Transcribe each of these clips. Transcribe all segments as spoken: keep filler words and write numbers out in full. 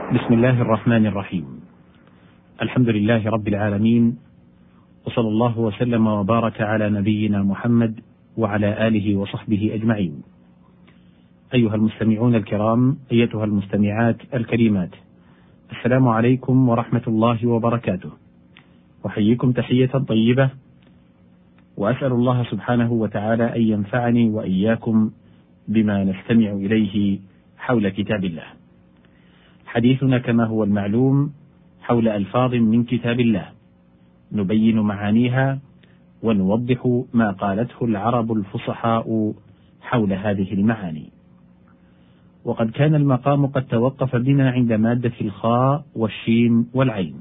بسم الله الرحمن الرحيم. الحمد لله رب العالمين، وصلى الله وسلم وبارك على نبينا محمد وعلى آله وصحبه أجمعين. أيها المستمعون الكرام، أيتها المستمعات الكريمات، السلام عليكم ورحمة الله وبركاته. أحييكم تحية طيبة، وأسأل الله سبحانه وتعالى أن ينفعني وإياكم بما نستمع إليه حول كتاب الله. حديثنا كما هو المعلوم حول ألفاظ من كتاب الله، نبين معانيها ونوضح ما قالته العرب الفصحاء حول هذه المعاني. وقد كان المقام قد توقف بنا عند مادة الخاء والشين والعين.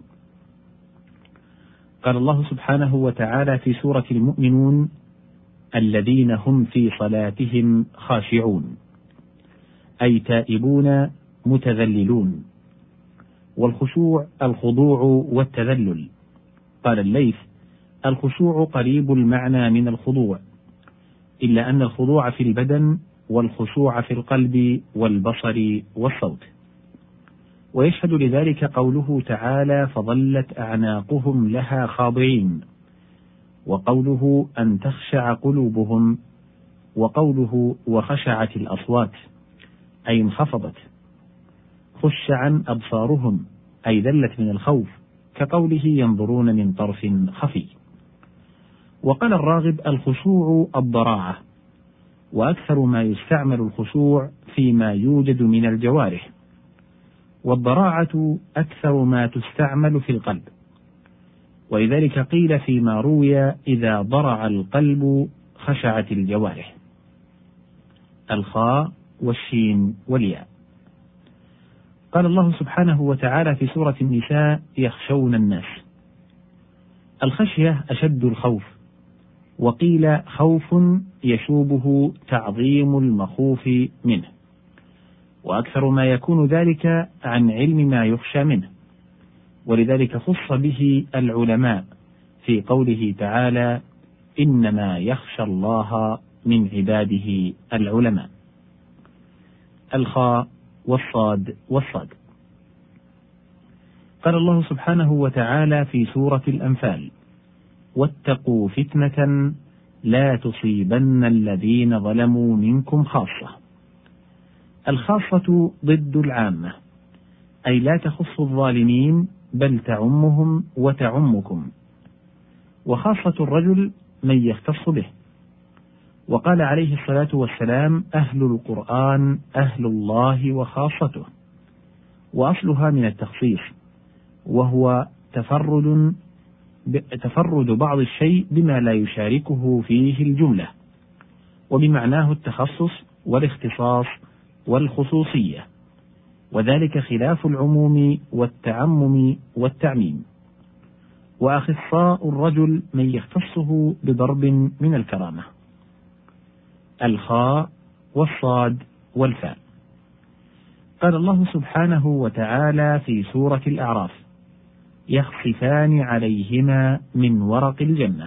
قال الله سبحانه وتعالى في سورة المؤمنون: الذين هم في صلاتهم خاشعون، أي تائبون متذللون. والخشوع الخضوع والتذلل. قال الليث: الخشوع قريب المعنى من الخضوع، إلا أن الخضوع في البدن والخشوع في القلب والبصر والصوت. ويشهد لذلك قوله تعالى: فظلت أعناقهم لها خاضعين، وقوله أن تخشع قلوبهم، وقوله وخشعت الأصوات أي انخفضت. خشعا أبصارهم أي ذلت من الخوف، كقوله ينظرون من طرف خفي. وقال الراغب: الخشوع الضراعة، وأكثر ما يستعمل الخشوع فيما يوجد من الجوارح، والضراعة أكثر ما تستعمل في القلب. ولذلك قيل فيما روي: إذا ضرع القلب خشعت الجوارح. الخاء والشين والياء. قال الله سبحانه وتعالى في سورة النساء: يخشون الناس. الخشية أشد الخوف، وقيل خوف يشوبه تعظيم المخوف منه، وأكثر ما يكون ذلك عن علم ما يخشى منه. ولذلك خص به العلماء في قوله تعالى: إنما يخشى الله من عباده العلماء. الخاء والصاد والصاد. قال الله سبحانه وتعالى في سورة الأنفال: واتقوا فتنة لا تصيبن الذين ظلموا منكم خاصة. الخاصة ضد العامة، أي لا تخص الظالمين بل تعمهم وتعمكم. وخاصة الرجل من يختص به. وقال عليه الصلاة والسلام: أهل القرآن أهل الله وخاصته. وأصلها من التخصيص، وهو تفرد تفرد بعض الشيء بما لا يشاركه فيه الجملة، وبمعناه التخصص والاختصاص والخصوصية، وذلك خلاف العموم والتعمم والتعميم. وأخصاء الرجل من يختصه بضرب من الكرامة. الخاء والصاد والفاء. قال الله سبحانه وتعالى في سورة الأعراف: يخصفان عليهما من ورق الجنة.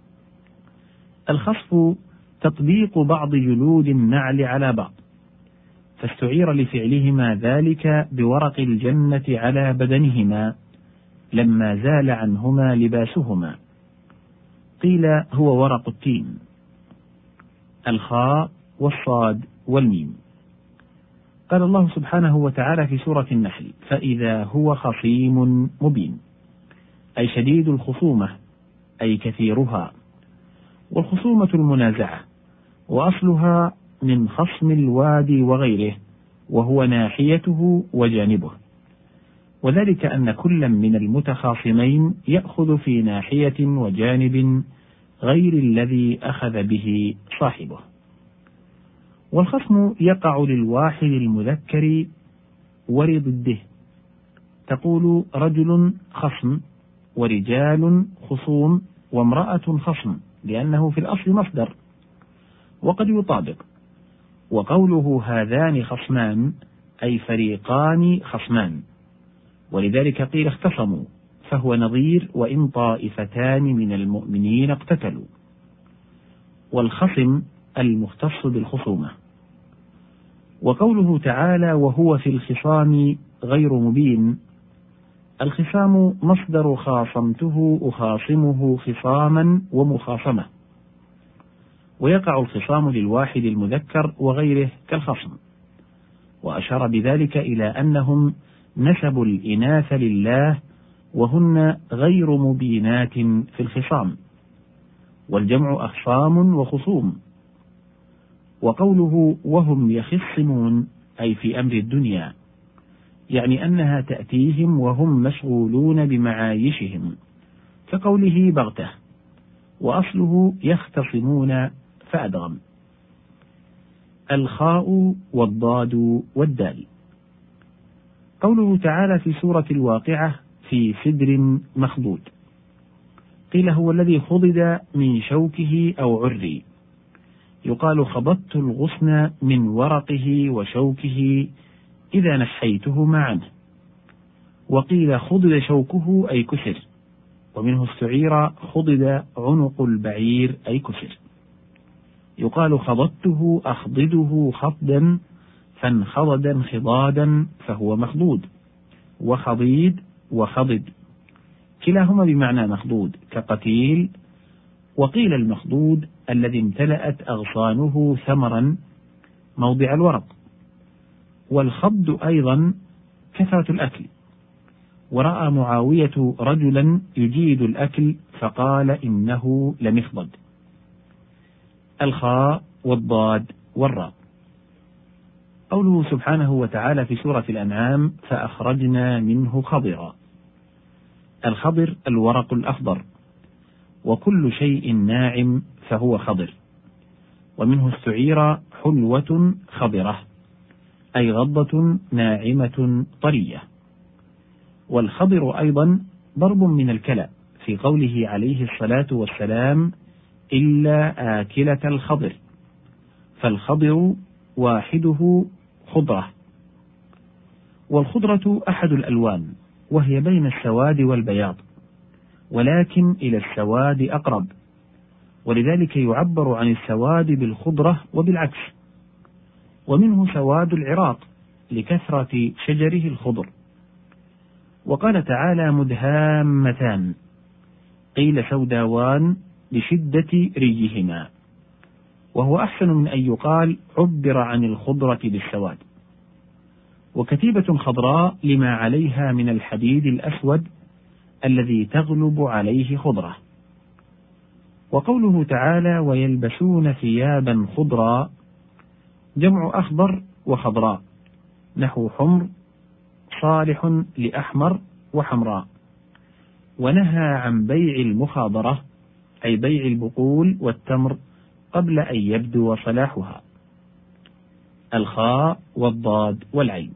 الخصف تطبيق بعض جلود النعل على بعض، فاستعير لفعلهما ذلك بورق الجنة على بدنهما لما زال عنهما لباسهما، قيل هو ورق التين. الخاء والصاد والميم. قال الله سبحانه وتعالى في سورة النحل: فإذا هو خصيم مبين، أي شديد الخصومة، أي كثيرها. والخصومة المنازعة، وأصلها من خصم الوادي وغيره، وهو ناحيته وجانبه. وذلك أن كل من المتخاصمين يأخذ في ناحية وجانب غير الذي أخذ به صاحبه. والخصم يقع للواحد المذكر ولضده، تقول رجل خصم، ورجال خصوم، وامرأة خصم، لأنه في الأصل مصدر. وقد يطابق. وقوله هذان خصمان أي فريقان خصمان، ولذلك قيل اختصموا، فهو نظير وإن طائفتان من المؤمنين وقوله تعالى وهو في الخصام غير مبين، الخصام مصدر خاصمته أخاصمه خصاما ومخاصمة، ويقع الخصام للواحد المذكر وغيره كالخصم، وأشار بذلك إلى أنهم نسبوا الإناث لله وهن غير مبينات في الخصام، والجمع أخصام وخصوم. وقوله وهم يخصمون أي في أمر الدنيا، يعني أنها تأتيهم وهم مشغولون بمعايشهم، كقوله بغتة، وأصله يختصمون فأدغم. الخاء والضاد والدال. قوله تعالى في سورة الواقعة في سدر مخضود، قيل هو الذي خضد من شوكه أو عري، يقال خضدت الغصن من ورقه وشوكه إذا نحيتهما عنه، وقيل خضد شوكه أي كسر، ومنه استعير خضد عنق البعير أي كسر. يقال خضدته أخضده خضدا فانخضد انخضادا فهو مخضود، وخضيد وخضد كلاهما بمعنى مخضود كقتيل. وقيل المخضود الذي امتلأت أغصانه ثمرا موضع الورق، والخض أيضا كثرة الأكل. ورأى معاوية رجلا يجيد الأكل فقال إنه لمخضد. الخاء والضاد والراء. قوله سبحانه وتعالى في سورة الأنعام فأخرجنا منه خضرا، الخضر الورق الأخضر، وكل شيء ناعم فهو خضر، ومنه استعير حلوة خضرة أي غضة ناعمة طرية. والخضر أيضا ضرب من الكلى في قوله عليه الصلاة والسلام إلا آكلة الخضر، فالخضر واحده خضرة. والخضرة أحد الألوان، وهي بين السواد والبياض، ولكن إلى السواد أقرب، ولذلك يعبر عن السواد بالخضرة وبالعكس. ومنه سواد العراق لكثرة شجره الخضر. وقال تعالى مدهامتان، قيل سوداوان لشدة ريهما، وهو أحسن من أن يقال عبر عن الخضرة بالسواد. وكتيبة خضراء لما عليها من الحديد الأسود الذي تغلب عليه خضرة. وقوله تعالى ويلبسون ثيابا خضرا جمع أخضر وخضراء، نحو حمر صالح لأحمر وحمراء. ونهى عن بيع المخاضرة أي بيع البقول والتمر قبل أن يبدو صلاحها. الخاء والضاد والعين.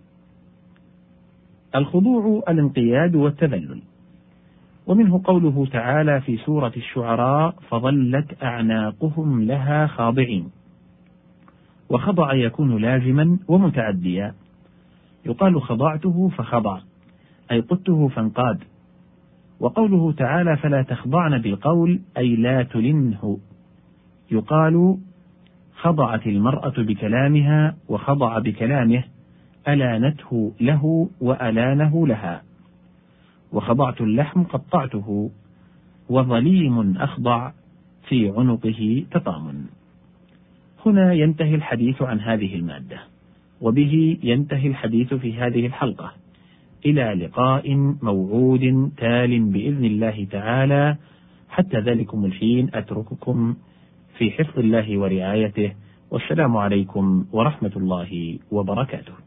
الخضوع الانقياد والتذلل. ومنه قوله تعالى في سورة الشعراء فظلت أعناقهم لها خاضعين. وخضع يكون لازما ومتعديا، يقال خضعته فخضع أي قدته فانقاد. وقوله تعالى فلا تخضعن بالقول أي لا تلنه، يقال خضعت المرأة بكلامها وخضع بكلامه، ألانته له وألانه لها. وخضعت اللحم قطعته، وظليم أخضع في عنقه تطامن. هنا ينتهي الحديث عن هذه المادة، وبه ينتهي الحديث في هذه الحلقة. إلى لقاء موعود تال بإذن الله تعالى، حتى ذلكم الحين أترككم في حفظ الله ورعايته، والسلام عليكم ورحمة الله وبركاته.